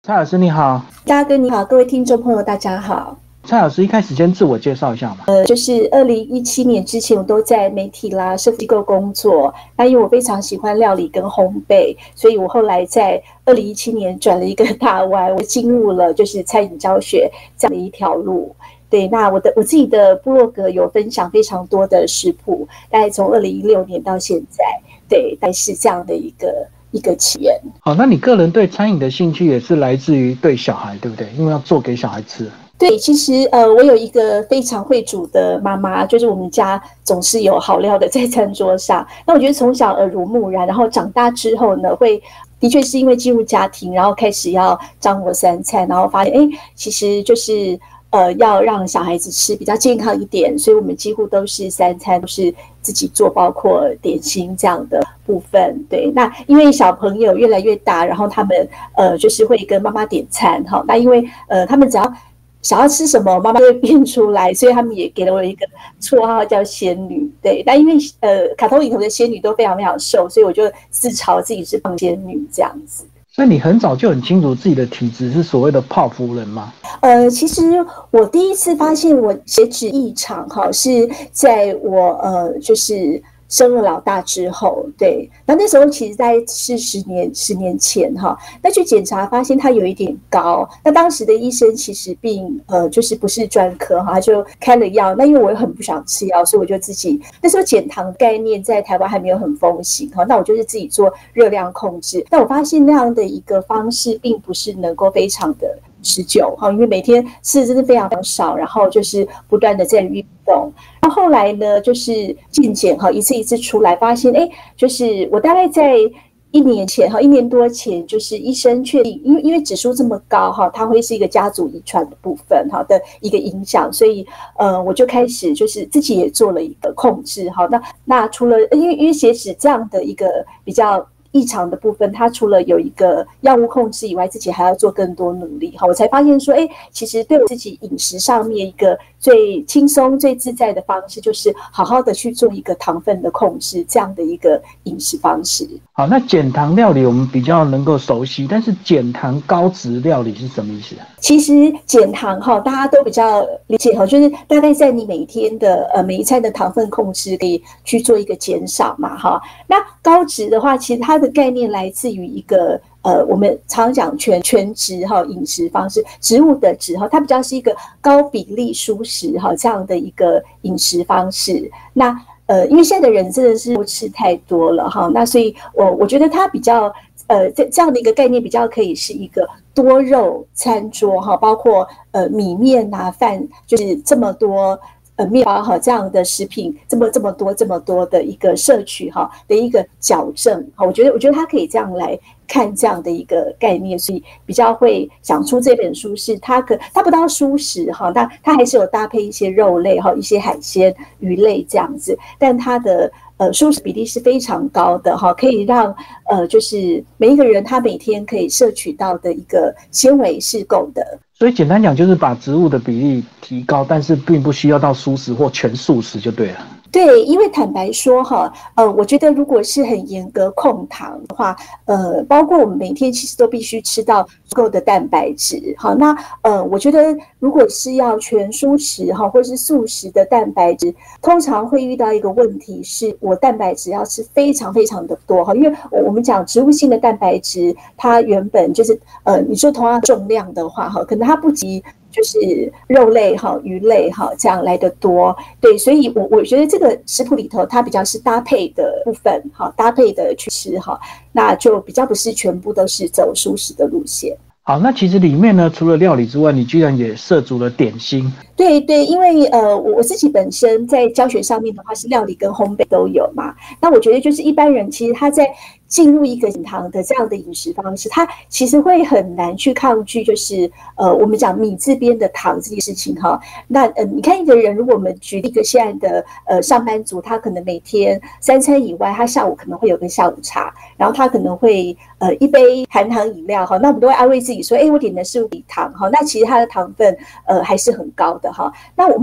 蔡老师你好。 大哥你好，各位听众朋友大家好。 蔡老师一开始先自我介绍一下嘛。 就是2017年之前我都在媒体啦、社福机构工作。那因为我非常喜欢料理跟烘焙，所以我后来在2017年转了一个大弯，我进入了就是餐饮教学这样的一条路。对，那我自己的部落格有分享非常多的食谱，大概从2016年到现在，对，大概是这样的一个起源。 好，那你个人对餐饮的兴趣也是来自于对小孩，对不对？因为要做给小孩吃。 对，其实我有一个非常会煮的妈妈，就是我们家总是有好料的在餐桌上。那我觉得从小耳濡目染，然后长大之后呢，的确是因为进入家庭，然后开始要张罗三餐，然后发现，其实就是要让小孩子吃比较健康一点，所以我们几乎都是三餐都是自己做，包括点心这样的部分。对，那因为小朋友越来越大，然后他们就是会跟妈妈点餐哈。那因为他们只要想要吃什么，妈妈就会变出来，所以他们也给了我一个绰号叫仙女。对，但因为卡通里头的仙女都非常非常瘦，所以我就自嘲自己是胖仙女这样子。 所以你很早就很清楚自己的体质是所谓的泡芙人吗？ 其实我第一次发现我血脂异常哈，是在我就是生了老大之后。对，那时候其实大概是十年前哈，那去检查发现它有一点高。那当时的医生其实就是不是专科哈，他就开了药。那因为我很不想吃药，所以我就自己那时候减糖概念在台湾还没有很风行哈，那我就是自己做热量控制。但我发现那样的一个方式并不是能够非常的持久哈，因为每天吃的真的非常非常少，然后就是不断的在运动。然后后来呢，就是健检哈，一次一次出来，发现就是我大概在1年前哈，1年多前，就是医生确定，因为指数这么高哈，它会是一个家族遗传的部分哈的一个影响，所以我就开始就是自己也做了一个控制哈。那除了因为血脂这样的一个比较异常的部分，它除了有一个药物控制以外，自己还要做更多努力。好，我才发现说，其实对我自己饮食上面一个最轻松、最自在的方式，就是好好的去做一个糖分的控制，这样的一个饮食方式。 好，那减糖料理我们比较能够熟悉，但是减糖高脂料理是什么意思？ 其实减糖哈，大家都比较理解哈，就是大概在你每天的每一餐的糖分控制可以去做一个减少嘛哈。那高脂的话，其实它的概念来自于一个我们常讲全植哈饮食方式，植物的植哈，它比较是一个高比例蔬食哈这样的一个饮食方式。那因为现在的人真的是吃太多了哈，那所以我觉得它比较这样的一个概念比较可以是一个多肉餐桌哈，包括米面啊饭，就是这么多面包哈这样的食品，这么多的一个摄取哈的一个矫正哈，我觉得它可以这样来看这样的一个概念，所以比较会想出这本书是它不到蔬食哈，但它还是有搭配一些肉类哈，一些海鲜、鱼类这样子，但它的蔬食比例是非常高的哈，可以让就是每一个人他每天可以摄取到的一个纤维是够的。 所以简单讲就是把植物的比例提高，但是并不需要到蔬食或全素食就对了。 对，因为坦白说哈，我觉得如果是很严格控糖的话，包括我们每天其实都必须吃到足够的蛋白质，好，那我觉得如果是要全蔬食哈，或是素食的蛋白质，通常会遇到一个问题是，我蛋白质要吃非常非常的多哈，因为我们讲植物性的蛋白质，它原本就是你说同样重量的话哈，可能它不及就是肉类哈、鱼类哈这样来得多，对，所以我觉得这个食谱里头它比较是搭配的部分哈，搭配的去吃哈，那就比较不是全部都是走蔬食的路线。 好，那其实里面呢，除了料理之外，你居然也涉足了点心。 对对，因为我自己本身在教学上面的话是料理跟烘焙都有嘛，那我觉得就是一般人其实他在进入一个减糖的这样的饮食方式，他其实会很难去抗拒，就是我们讲米字边的糖这件事情哈。那你看一个人，如果我们举例一个现在的上班族，他可能每天3餐以外，他下午可能会有个下午茶，然后他可能会一杯含糖饮料哈，那我们都会安慰自己说，我点的是无糖哈，那其实它的糖分还是很高的哈。那我们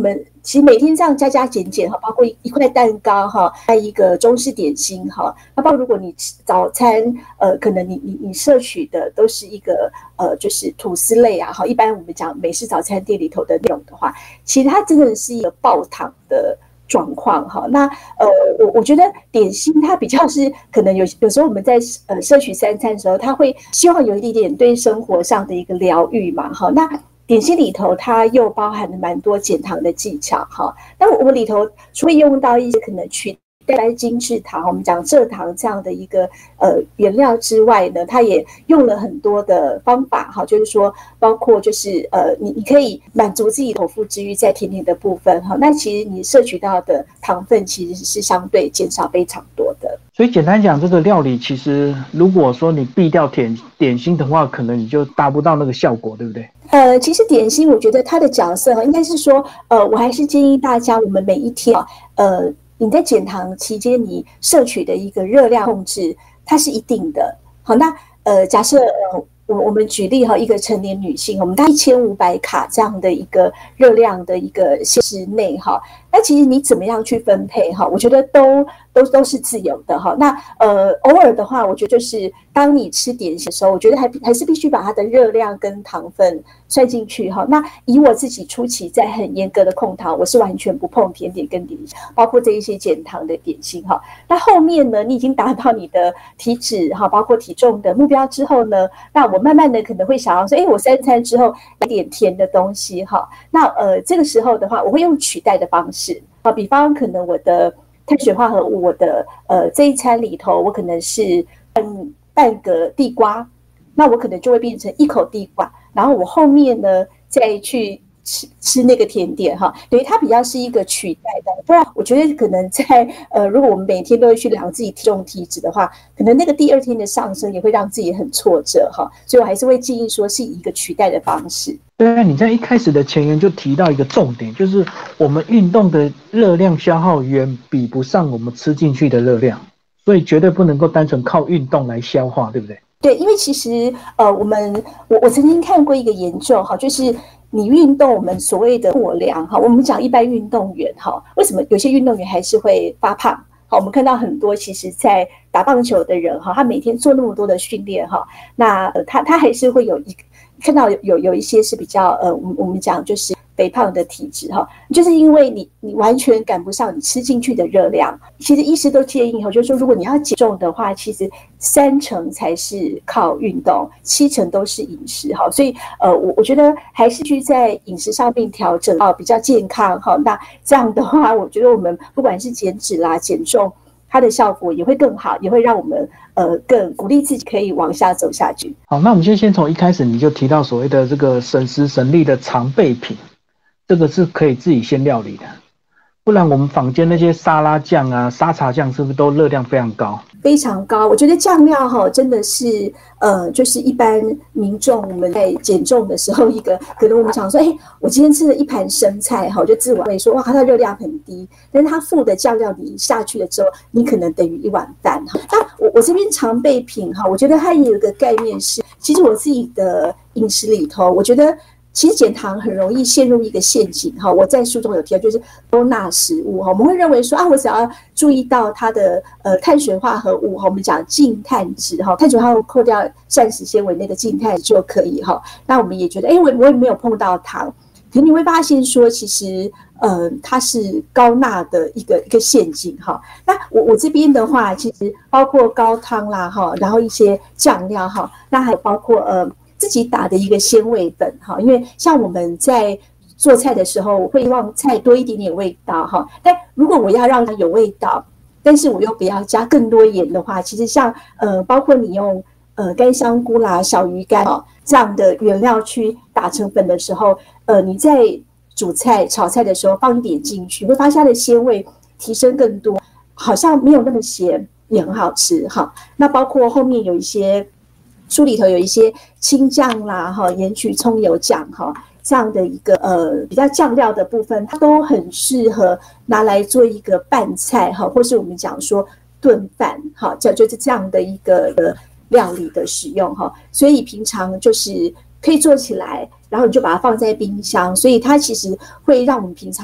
其实每天这样加加减减哈，包括一块蛋糕哈，还有一个中式点心哈，那包括如果你吃早餐可能你摄取的都是一个就是吐司类啊哈，一般我们讲美式早餐店里头的那种的话，其实它真的是一个爆糖的状况哈。那我觉得点心它比较是可能有时候我们在摄取三餐的时候，它会希望有一点点对生活上的一个疗愈嘛哈。那点心里头它又包含了蛮多减糖的技巧哈。那我们里头除了用到一些可能取代精制糖，我们讲蔗糖这样的一个原料之外呢，它也用了很多的方法哈，就是说包括就是你可以满足自己口腹之欲在甜点的部分哈，那其实你摄取到的糖分其实是相对减少非常多的。 所以简单讲，这个料理其实如果说你避掉点心的话，可能你就达不到那个效果，对不对？ 其实点心我觉得它的角色应该是说我还是建议大家我们每一天你在减糖期间你摄取的一个热量控制它是一定的。好，那假设我们举例哈，一个成年女性，我们大概1500卡这样的一个热量的一个限制内哈，那其实你怎么样去分配哈，我觉得都是自由的哈。那偶尔的话，我觉得就是当你吃点心的时候，我觉得还是必须把它的热量跟糖分算进去哈。那以我自己初期在很严格的控糖，我是完全不碰甜点跟点心，包括这一些减糖的点心哈。那后面呢，你已经达到你的体脂哈，包括体重的目标之后呢，那我慢慢的可能会想要说，我3餐之后来点甜的东西哈。那这个时候的话，我会用取代的方式啊，比方可能我的碳水化合物，我的这一餐里头，我可能是半个地瓜，那我可能就会变成1口地瓜，然后我后面呢再去吃那个甜点哈，等于它比较是一个取代的。不然我觉得可能在如果我们每天都会去量自己体重体脂的话，可能那个第2天的上升也会让自己很挫折哈，所以我还是会建议说是以一个取代的方式。 对啊，你在一开始的前言就提到一个重点，就是我们运动的热量消耗远比不上我们吃进去的热量，所以绝对不能够单纯靠运动来消化，对不对？ 对，因为其实我曾经看过一个研究哈，就是你运动我们所谓的过量哈，我们讲一般运动员哈，为什么有些运动员还是会发胖？好，我们看到很多其实在打棒球的人哈，他每天做那么多的训练哈，那他还是会有看到有一些是比较我们讲就是肥胖的体质哈，就是因为你完全赶不上你吃进去的热量。其实医师都建议哈，就是说如果你要减重的话，其实30%才是靠运动，70%都是饮食哈。所以我觉得还是去在饮食上面调整比较健康哈。那这样的话，我觉得我们不管是减脂啦、减重，它的效果也会更好，也会让我们更鼓励自己可以往下走下去。 好，那我们先从一开始你就提到所谓的这个省时省力的常备品，这个是可以自己先料理的，不然我们坊间那些沙拉酱啊、沙茶酱是不是都热量非常高？ 非常高，我觉得酱料哈真的是就是一般民众我们在减重的时候，一个可能我们想说，我今天吃了一盘生菜哈，我就自我安慰说，哇，它的热量很低，但是它附的酱料你下去了之后，你可能等于1碗饭哈。那我这边常备品哈，我觉得它也有一个概念是，其实我自己的饮食里头，我觉得其实减糖很容易陷入一个陷阱哈，我在书中有提到，就是多钠食物哈，我们会认为说我只要注意到它的碳水化合物哈，我们讲净碳值哈，碳水化合物扣掉膳食纤维那个净碳值就可以哈。那我们也觉得我也没有碰到糖，可你会发现说其实它是高钠的一个陷阱哈。那我这边的话，其实包括高汤啦哈，然后一些酱料哈，那还有包括自己打的一个鲜味粉哈，因为像我们在做菜的时候，我会希望菜多一点点味道哈。但如果我要让它有味道，但是我又不要加更多盐的话，其实像包括你用干香菇啦、小鱼干这样的原料去打成粉的时候，你在煮菜、炒菜的时候放一点进去，会发现它的鲜味提升更多，好像没有那么咸，也很好吃哈。那包括后面有一些。书里头有一些青酱啦、盐焗葱油酱这样的一个比较酱料的部分，它都很适合拿来做一个拌菜或是我们讲说炖饭就是这样的一个料理的使用所以平常就是可以做起来，然后你就把它放在冰箱，所以它其实会让我们平常在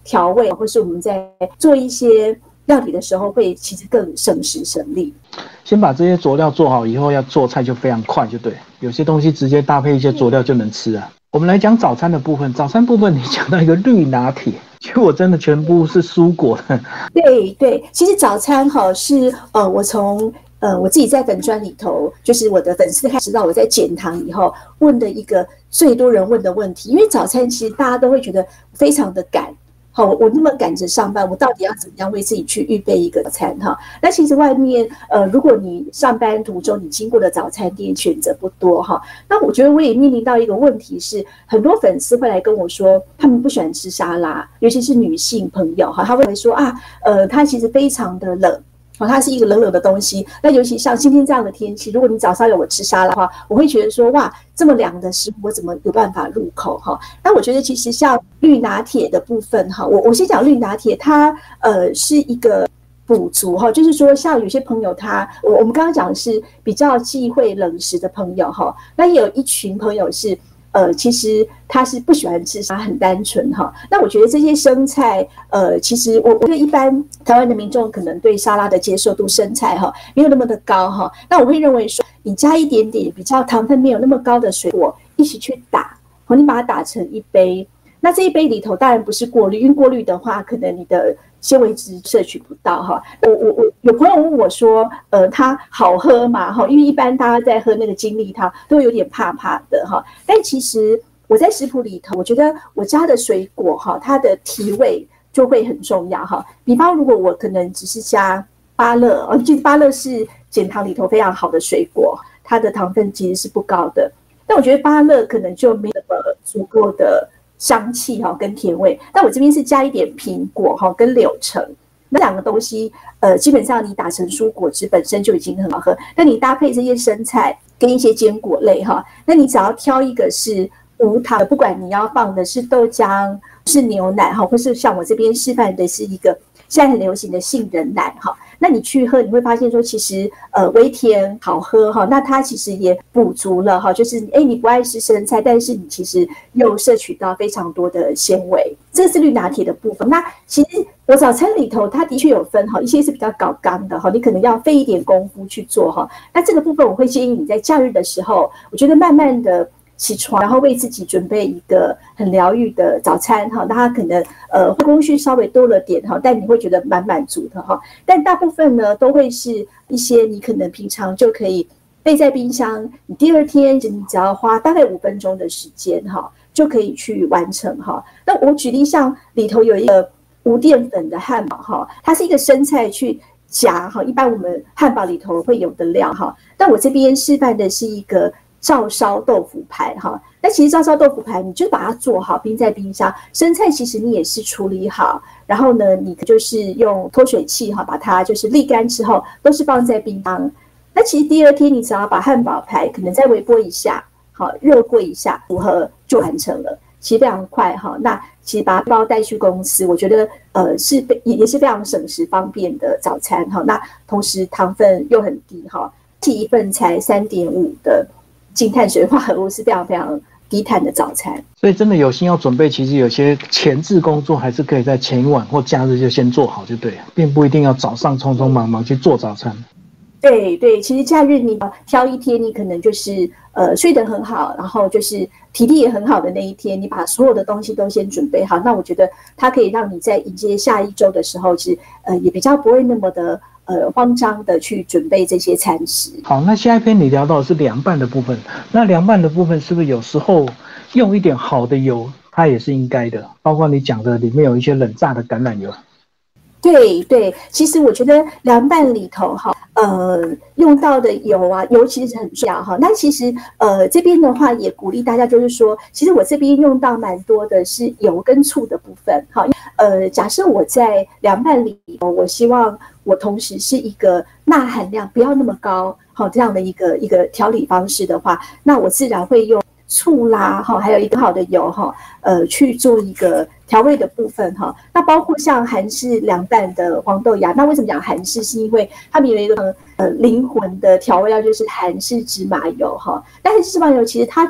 调味，或是我们在做一些料理的时候，会其实更省时省力。 先把这些佐料做好以后，要做菜就非常快，就对。有些东西直接搭配一些佐料就能吃啊。我们来讲早餐的部分，早餐部分你讲到一个绿拿铁，其实我真的全部是蔬果的。 对对，其实早餐是我从我自己在粉专里头，就是我的粉丝开始知道我在减糖以后问的一个最多人问的问题，因为早餐其实大家都会觉得非常的赶。好，我那么赶着上班，我到底要怎么样为自己去预备一个早餐哈？那其实外面如果你上班途中你经过的早餐店选择不多哈，那我觉得我也面临到一个问题是，很多粉丝会来跟我说，他们不喜欢吃沙拉，尤其是女性朋友哈，他会说它其实非常的冷。它是一个冷冷的东西，那尤其像今天这样的天气，如果你早上有我吃沙拉的话，我会觉得说哇，这么凉的食物我怎么有办法入口哈？那我觉得其实像绿拿铁的部分哈，我先讲绿拿铁，它是一个补足哈，就是说像有些朋友我们刚刚讲的是比较忌讳冷食的朋友哈，那也有一群朋友是。其实他是不喜欢吃沙，很单纯哈。那我觉得这些生菜，其实我觉得一般台湾的民众可能对沙拉的接受度，生菜哈没有那么的高哈。那我会认为说，你加一点点比较糖分没有那么高的水果一起去打，你把它打成一杯。那这一杯里头当然不是过滤，因为过滤的话，可能你的纤维质摄取不到哈。我有朋友问我说，它好喝吗？哈，因为一般大家在喝那个精力汤都会有点怕怕的哈。但其实我在食谱里头，我觉得我加的水果哈，它的提味就会很重要哈。比方如果我可能只是加芭乐，其实芭乐是减糖里头非常好的水果，它的糖分其实是不高的。但我觉得芭乐可能就没有足够的香气跟甜味，但我这边是加一点苹果跟柳橙，那两个东西基本上你打成蔬果汁本身就已经很好喝，那你搭配这些生菜跟一些坚果类那你只要挑一个是无糖的，不管你要放的是豆浆是牛奶或是像我这边示范的是一个现在很流行的杏仁奶那你去喝，你会发现说，其实微甜好喝那它其实也补足了就是你不爱吃生菜，但是你其实又摄取到非常多的纤维，这是绿拿铁的部分。那其实我早餐里头它的确有分一些是比较高纲的你可能要费一点功夫去做那这个部分我会建议你在假日的时候，我觉得慢慢的起床，然后为自己准备一个很疗愈的早餐那它可能工序稍微多了点但你会觉得蛮满足的但大部分呢都会是一些你可能平常就可以备在冰箱，你第二天你只要花大概5分钟的时间就可以去完成那我举例，像里头有一个无淀粉的汉堡它是一个生菜去夹一般我们汉堡里头会有的料但我这边示范的是一个照烧豆腐排那其实照烧豆腐排你就把它做好，冰在冰箱，生菜其实你也是处理好，然后呢你就是用脱水器把它就是沥干之后都是放在冰箱。那其实第二天你只要把汉堡排可能再微波一下热过一下，组合就完成了，其实非常快那其实把它包带去公司，我觉得也是非常省时方便的早餐那同时糖分又很低一份才3.5的净碳水化合物，是非常非常低碳的早餐。 所以真的有心要准备，其实有些前置工作还是可以在前一晚或假日就先做好就对了，并不一定要早上匆匆忙忙去做早餐。 对对，其实假日你挑一天，你可能就是睡得很好，然后就是体力也很好的那一天，你把所有的东西都先准备好，那我觉得它可以让你在迎接下一周的时候，其实也比较不会那么的慌张的去准备这些餐食。 好，那下一篇你聊到的是凉拌的部分，那凉拌的部分是不是有时候用一点好的油，它也是应该的？包括你讲的里面有一些冷榨的橄榄油。 对对，其实我觉得凉拌里头用到的油油其实很重要那其实这边的话也鼓励大家，就是说，其实我这边用到蛮多的是油跟醋的部分假设我在凉拌里头，我希望我同时是一个钠含量不要那么高这样的一个调理方式的话，那我自然会用醋啦还有一个好的油去做一个调味的部分那包括像韩式凉拌的黄豆芽，那为什么讲韩式？是因为他们有一个灵魂的调味料，就是韩式芝麻油但是芝麻油其实它的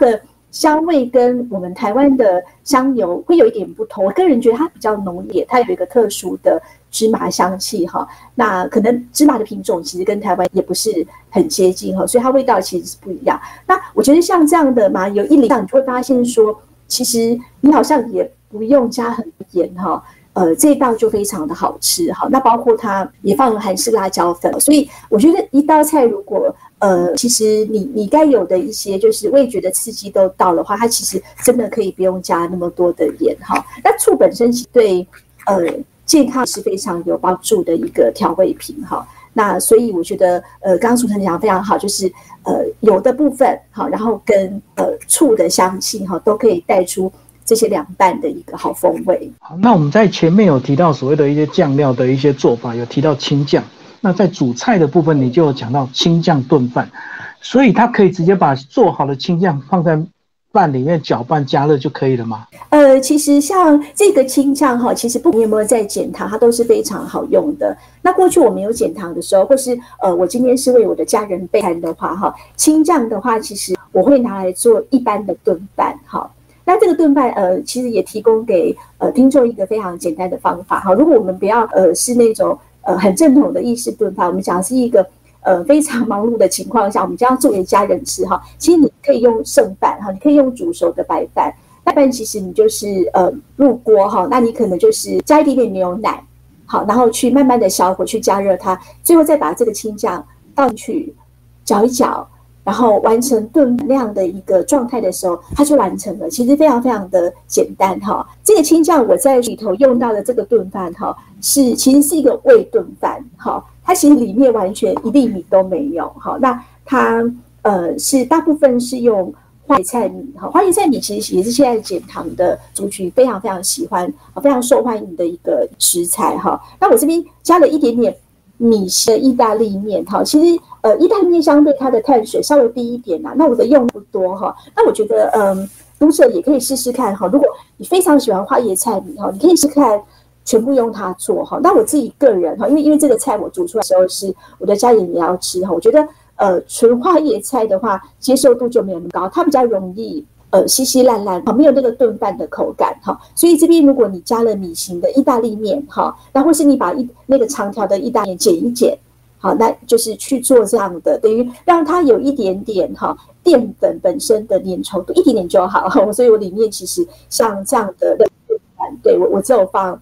香味跟我们台湾的香油会有一点不同。我个人觉得它比较浓烈，它有一个特殊的芝麻香气哈。那可能芝麻的品种其实跟台湾也不是很接近哈，所以它味道其实是不一样。那我觉得像这样的麻油一淋上，你就会发现说，其实你好像也不用加很多盐哈。这一道就非常的好吃哈。那包括它也放了韩式辣椒粉，所以我觉得一道菜如果其实你该有的一些就是味觉的刺激都到的话，它其实真的可以不用加那么多的盐哈。那醋本身对健康是非常有帮助的一个调味品哈。那所以我觉得刚刚主持人讲得非常好，就是油的部分好，然后跟醋的香气哈都可以带出这些凉拌的一个好风味。 好，那我们在前面有提到所谓的一些酱料的一些做法，有提到青酱。那在主菜的部分，你就有讲到青酱炖饭，所以它可以直接把做好的青酱放在饭里面搅拌加热就可以了吗？ 其实像这个青酱哈，其实不管你有没有在减糖，它都是非常好用的。那过去我没有减糖的时候，或是我今天是为我的家人备餐的话哈，青酱的话，其实我会拿来做一般的炖饭哈。那这个炖饭其实也提供给听众一个非常简单的方法哈。如果我们不要是那种很正统的意式炖饭，我们讲的是一个非常忙碌的情况下，我们这样做给家人吃哈。其实你可以用剩饭哈，你可以用煮熟的白饭。白饭其实你就是入锅哈，那你可能就是加一点点牛奶，好，然后去慢慢的小火去加热它，最后再把这个青酱倒进去搅一搅。然后完成炖那样的一个状态的时候，它就完成了。其实非常非常的简单哈。这个青酱我在里头用到的这个炖饭哈，其实是一个味炖饭哈。它其实里面完全一粒米都没有哈。那它是大部分是用花椰菜米哈。花椰菜米其实也是现在减糖的族群非常非常喜欢、非常受欢迎的一个食材哈。那我这边加了一点点米的意大利面哈，其实意大利面相对它的碳水稍微低一点啦，那我的用不多哈。那我觉得读者也可以试试看哈，如果你非常喜欢花椰菜米哈，你可以试看全部用它做哈。那我自己个人哈，因为这个菜我煮出来的时候是我的家人也要吃哈，我觉得纯花椰菜的话接受度就没有那么高，它比较容易稀稀烂烂，没有那个炖饭的口感哈。所以这边如果你加了米型的意大利面哈，那或是你把那个长条的意大利面剪一剪，好，那就是去做这样的，等于让它有一点点哈淀粉本身的粘稠度，一点点就好。所以我里面其实像这样的炖饭，对我只有放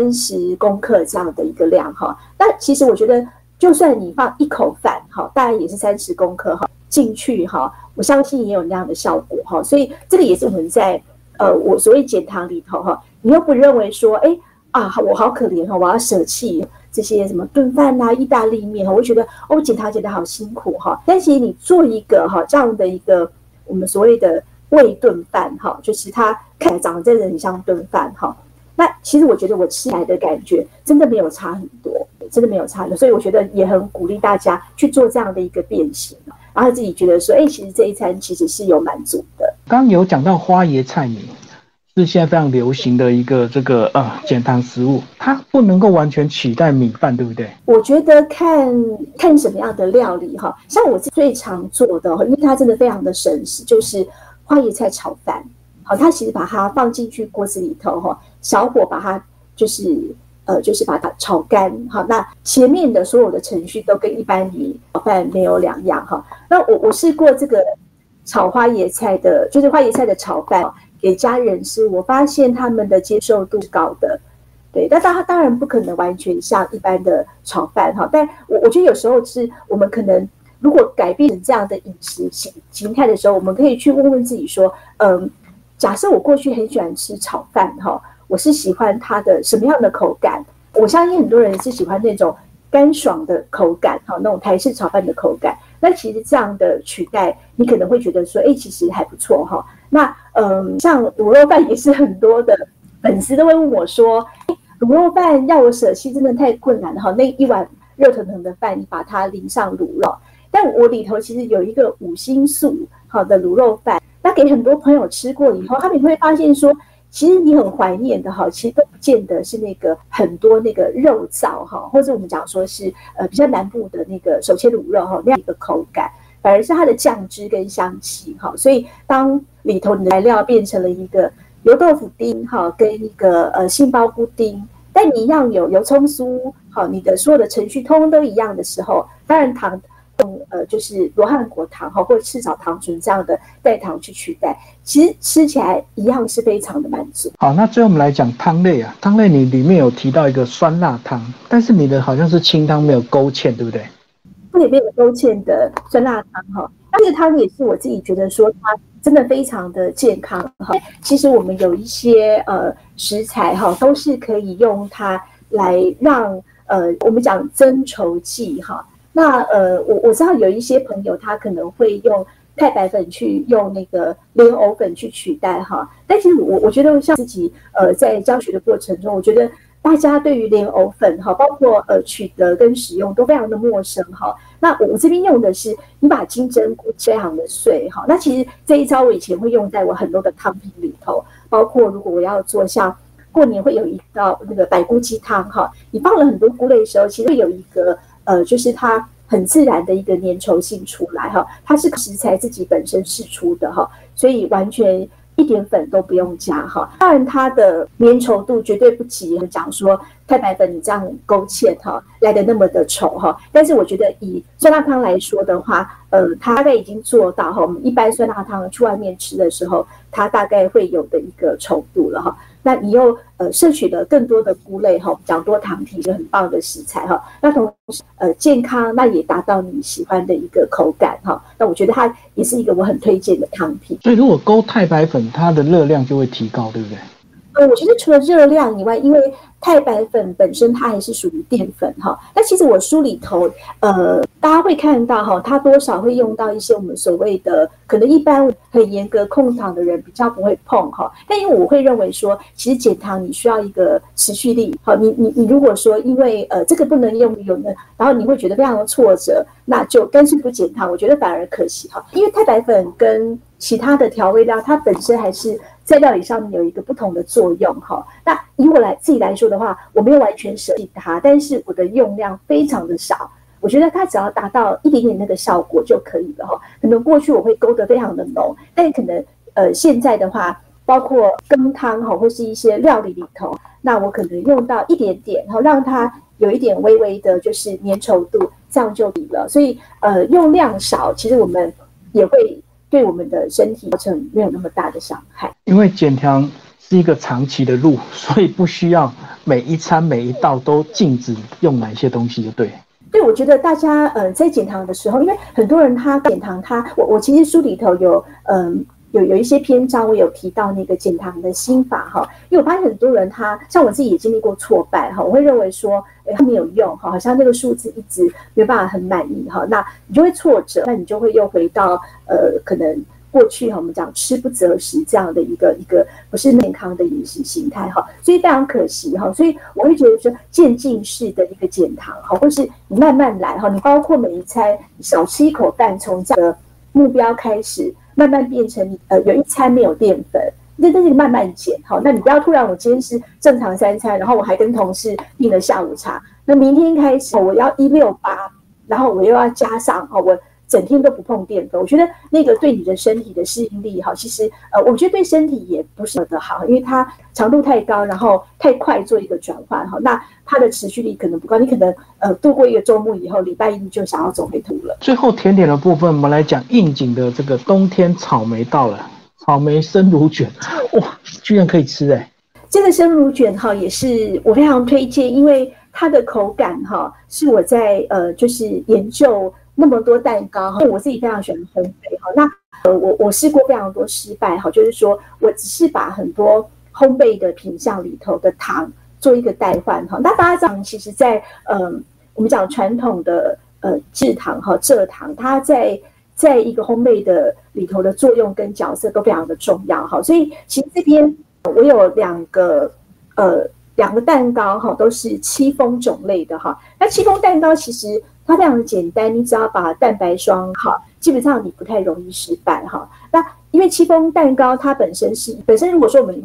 30公克这样的一个量哈。那其实我觉得，就算你放一口饭哈，大概也是30公克哈进去哈。我相信也有那样的效果哈，所以这个也是我们在我所谓减糖里头哈，你又不认为说我好可怜哈，我要舍弃这些什么炖饭啊、意大利面哈，我觉得减糖减得好辛苦哈。但其实你做一个这样的一个我们所谓的味炖饭哈，就是它看起来长得真的很像炖饭哈。那其实我觉得我吃起来的感觉真的没有差很多，真的没有差很多，所以我觉得也很鼓励大家去做这样的一个变形。然后自己觉得说，其实这一餐其实是有满足的。 刚刚有讲到花椰菜米是现在非常流行的一个减糖食物，它不能够完全取代米饭，对不对？ 我觉得看什么样的料理哈，像我最常做的，因为它真的非常的省时，就是花椰菜炒饭。好，它其实把它放进去锅子里头哈，小火把它就是把它炒干，好，那前面的所有的程序都跟一般你炒饭没有两样哈。那我试过这个炒花椰菜的，就是花椰菜的炒饭给家人吃，我发现他们的接受度高的，对，但它当然不可能完全像一般的炒饭哈。但我觉得有时候是我们可能如果改变这样的饮食形态的时候，我们可以去问问自己说，假设我过去很喜欢吃炒饭哈。我是喜欢它的什么样的口感？我相信很多人是喜欢那种干爽的口感，那种台式炒饭的口感。那其实这样的取代，你可能会觉得说，其实还不错哈。那像卤肉饭也是很多的粉丝都会问我说，卤肉饭要我舍弃真的太困难了哈。那一碗热腾腾的饭，你把它淋上卤肉，但我里头其实有一个5星素好的卤肉饭，那给很多朋友吃过以后，他们会发现说。其实你很怀念的哈，其实都不见得是那个很多那个肉燥哈，或者我们讲说是比较南部的那个手切卤肉哈那样一个口感。 反而是它的酱汁跟香气哈。所以当里头你的材料变成了一个油豆腐丁哈，跟一个杏鲍菇丁，但你一样有油葱酥，好，你的所有的程序通通都一样的时候，当然糖就是罗汉果糖哈，或者赤藻糖醇这样的代糖去取代，其实吃起来一样是非常的满足。 好，那最后我们来讲汤类啊，汤类你里面有提到一个酸辣汤，但是你的好像是清汤没有勾芡，对不对？ 这里面有勾芡的酸辣汤哈，这个汤也是我自己觉得说它真的非常的健康哈。其实我们有一些食材哈，都是可以用它来让我们讲增稠剂哈。那我知道有一些朋友他可能会用太白粉去用那个莲藕粉去取代哈，但其实我觉得像自己在教学的过程中，我觉得大家对于莲藕粉哈，包括取得跟使用都非常的陌生哈。那我这边用的是你把金针菇非常的碎哈，那其实这一招我以前会用在我很多的汤品里头，包括如果我要做像过年会有一道那个百菇鸡汤哈，你放了很多菇类的时候，其实会有一个就是它很自然的一个粘稠性出来哈，它是食材自己本身释出的哈，所以完全一点粉都不用加哈。当然它的粘稠度绝对不及讲说太白粉你这样勾芡哈来的那么的稠哈，但是我觉得以酸辣汤来说的话，它大概已经做到哈，我们一般酸辣汤去外面吃的时候，它大概会有的一个稠度了哈。那你又摄取了更多的菇类哈，讲多糖体是很棒的食材哈。那同时健康，那也达到你喜欢的一个口感哈。那我觉得它也是一个我很推荐的汤品。 所以如果勾太白粉，它的热量就会提高，对不对？ 我觉得除了热量以外，因为太白粉本身它还是属于淀粉哈。那其实我书里头，大家会看到哈，它多少会用到一些我们所谓的可能一般很严格控糖的人比较不会碰哈。但因为我会认为说，其实减糖你需要一个持续力。好，你如果说因为这个不能用的，然后你会觉得非常的挫折，那就干脆不减糖，我觉得反而可惜哈。因为太白粉跟其他的调味料，它本身还是在料理上面有一个不同的作用哈。那以我自己来说的话，我没有完全舍弃它，但是我的用量非常的少。我觉得它只要达到一点点那个效果就可以了哈。可能过去我会勾得非常的浓，但可能现在的话，包括羹汤哈或是一些料理里头，那我可能用到一点点，然后让它有一点微微的就是粘稠度，这样就可以了。所以用量少，其实我们也会对我们的身体造成没有那么大的伤害。 因为减糖是一个长期的路，所以不需要每一餐每一道都禁止用哪些东西就对。 对，我觉得大家在减糖的时候，因为很多人他减糖我其实书里头有一些篇章我有提到那个减糖的心法哈，因为我发现很多人他像我自己也经历过挫败哈，我会认为说他没有用哈，好像那个数字一直没有办法很满意哈，那你就会挫折，那你就会又回到可能过去我们讲吃不择食这样的一个不是健康的饮食形态哈，所以非常可惜哈，所以我会觉得说渐进式的一个减糖哈，或是你慢慢来哈，你包括每一餐少吃一口饭，从这样的目标开始。慢慢变成有一餐没有淀粉，那是慢慢减好。那你不要突然我今天是正常3餐，然后我还跟同事订了下午茶，那明天开始我要168，然后我又要加上我整天都不碰淀粉，我觉得那个对你的身体的适应力其实我觉得对身体也不是那么的好，因为它强度太高，然后太快做一个转换那它的持续力可能不高，你可能度过一个周末以后，礼拜一就想要走回头了。 最后甜点的部分，我们来讲应景的这个冬天草莓到了，草莓生乳卷，哇，居然可以吃这个生乳卷也是我非常推荐，因为它的口感是我在就是研究那么多蛋糕我自己非常喜欢烘焙那我试过非常多失败就是说我只是把很多烘焙的品项里头的糖做一个代换那大家知道其实在我们讲传统的制糖蔗糖，它在一个烘焙的里头的作用跟角色都非常的重要所以其实这边我有两个蛋糕都是戚风种类的那戚风蛋糕其实它非常的简单，你只要把蛋白霜基本上你不太容易失败那因为戚风蛋糕它本身如果说我们一个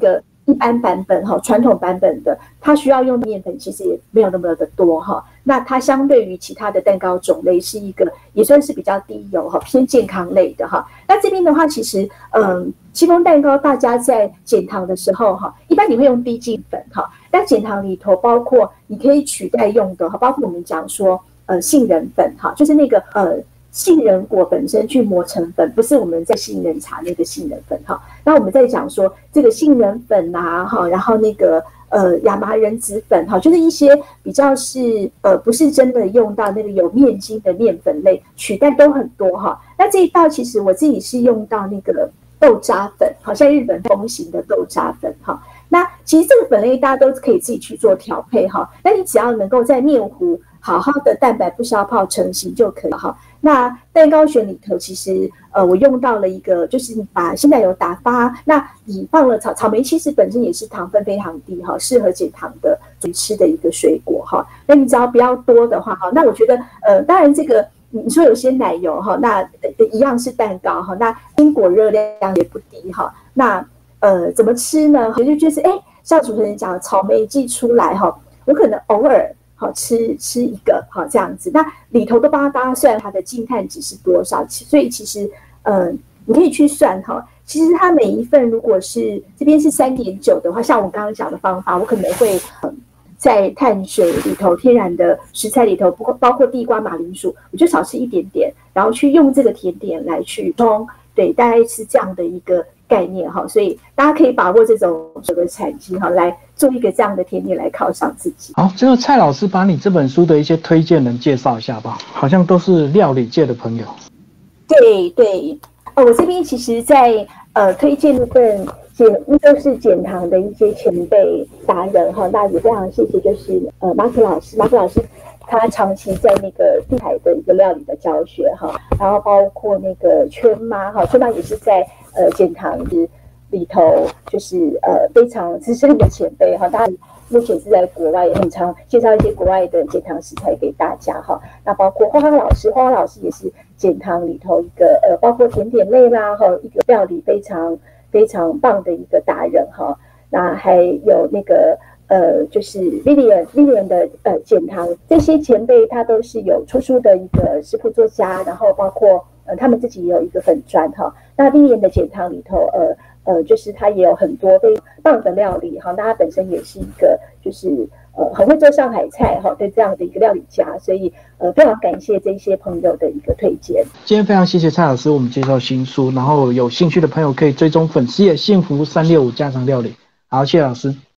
一般版本哈，传统版本的，它需要用的面粉其实也没有那么的多哈。那它相对于其他的蛋糕种类是一个也算是比较低油哈，偏健康类的哈。那这边的话，其实戚风蛋糕大家在减糖的时候哈，一般你会用低筋粉哈，那减糖里头包括你可以取代用的哈，包括我们讲说杏仁粉哈，就是那个杏仁果本身去磨成粉，不是我们在杏仁茶那个杏仁粉哈。那我们在讲说这个杏仁粉啊哈，然后那个亚麻仁籽粉哈，就是一些比较是不是真的用到那个有面筋的面粉类，取代都很多哈。那这一道其实我自己是用到那个豆渣粉，好像日本风行的豆渣粉哈。那其实这个粉类大家都可以自己去做调配哈。那你只要能够在面糊好好的蛋白不消泡成型就可以了哈。那蛋糕卷里头其实我用到了一个，就是你把鲜奶油打发，那你放了草莓，其实本身也是糖分非常低哈，适合减糖的吃的一个水果哈。那你只要不要多的话哈，那我觉得当然这个你说有鲜奶油哈，那一样是蛋糕哈，那坚果热量也不低哈。那怎么吃呢？我就就是像主持人讲的，草莓季出来哈，我可能偶尔好吃一个好这样子，那里头都帮大家算它的净碳值是多少，所以其实你可以去算哈。其实它每一份如果是这边是3.9的话，像我刚刚讲的方法，我可能会在碳水里头、天然的食材里头，包括地瓜、马铃薯，我就少吃一点点，然后去用这个甜点来去冲，对，大概是这样的一个概念哈。所以大家可以把握这种的产期哈，来做一个这样的甜点来犒赏自己。 好，最后蔡老师把你这本书的一些推荐人介绍一下吧，好像都是料理界的朋友。 对对，我这边其实在推荐部分都是减糖的一些前辈达人哈，那也非常谢谢就是马可老师他长期在那个地海的一个料理的教学哈，然后包括那个圈妈哈，圈妈也是在减糖里头就是非常资深的前辈哈，当然目前是在国外也很常介绍一些国外的减糖食材给大家哈。那包括花花老师也是减糖里头一个包括甜点类啦哈，一个料理非常非常棒的一个达人哈。那还有那个就是 Lilian 的减糖，这些前辈他都是有出书的一个食谱作家，然后包括他们自己也有一个粉专哈。那 Lilian 的减糖里头就是他也有很多非常棒的料理哈，那他本身也是一个就是很会做上海菜哈，对这样的一个料理家，所以非常感谢这些朋友的一个推荐。 今天非常谢谢蔡老师我们介绍新书，然后有兴趣的朋友可以追踪粉丝页幸福365家常料理。好，谢谢老师。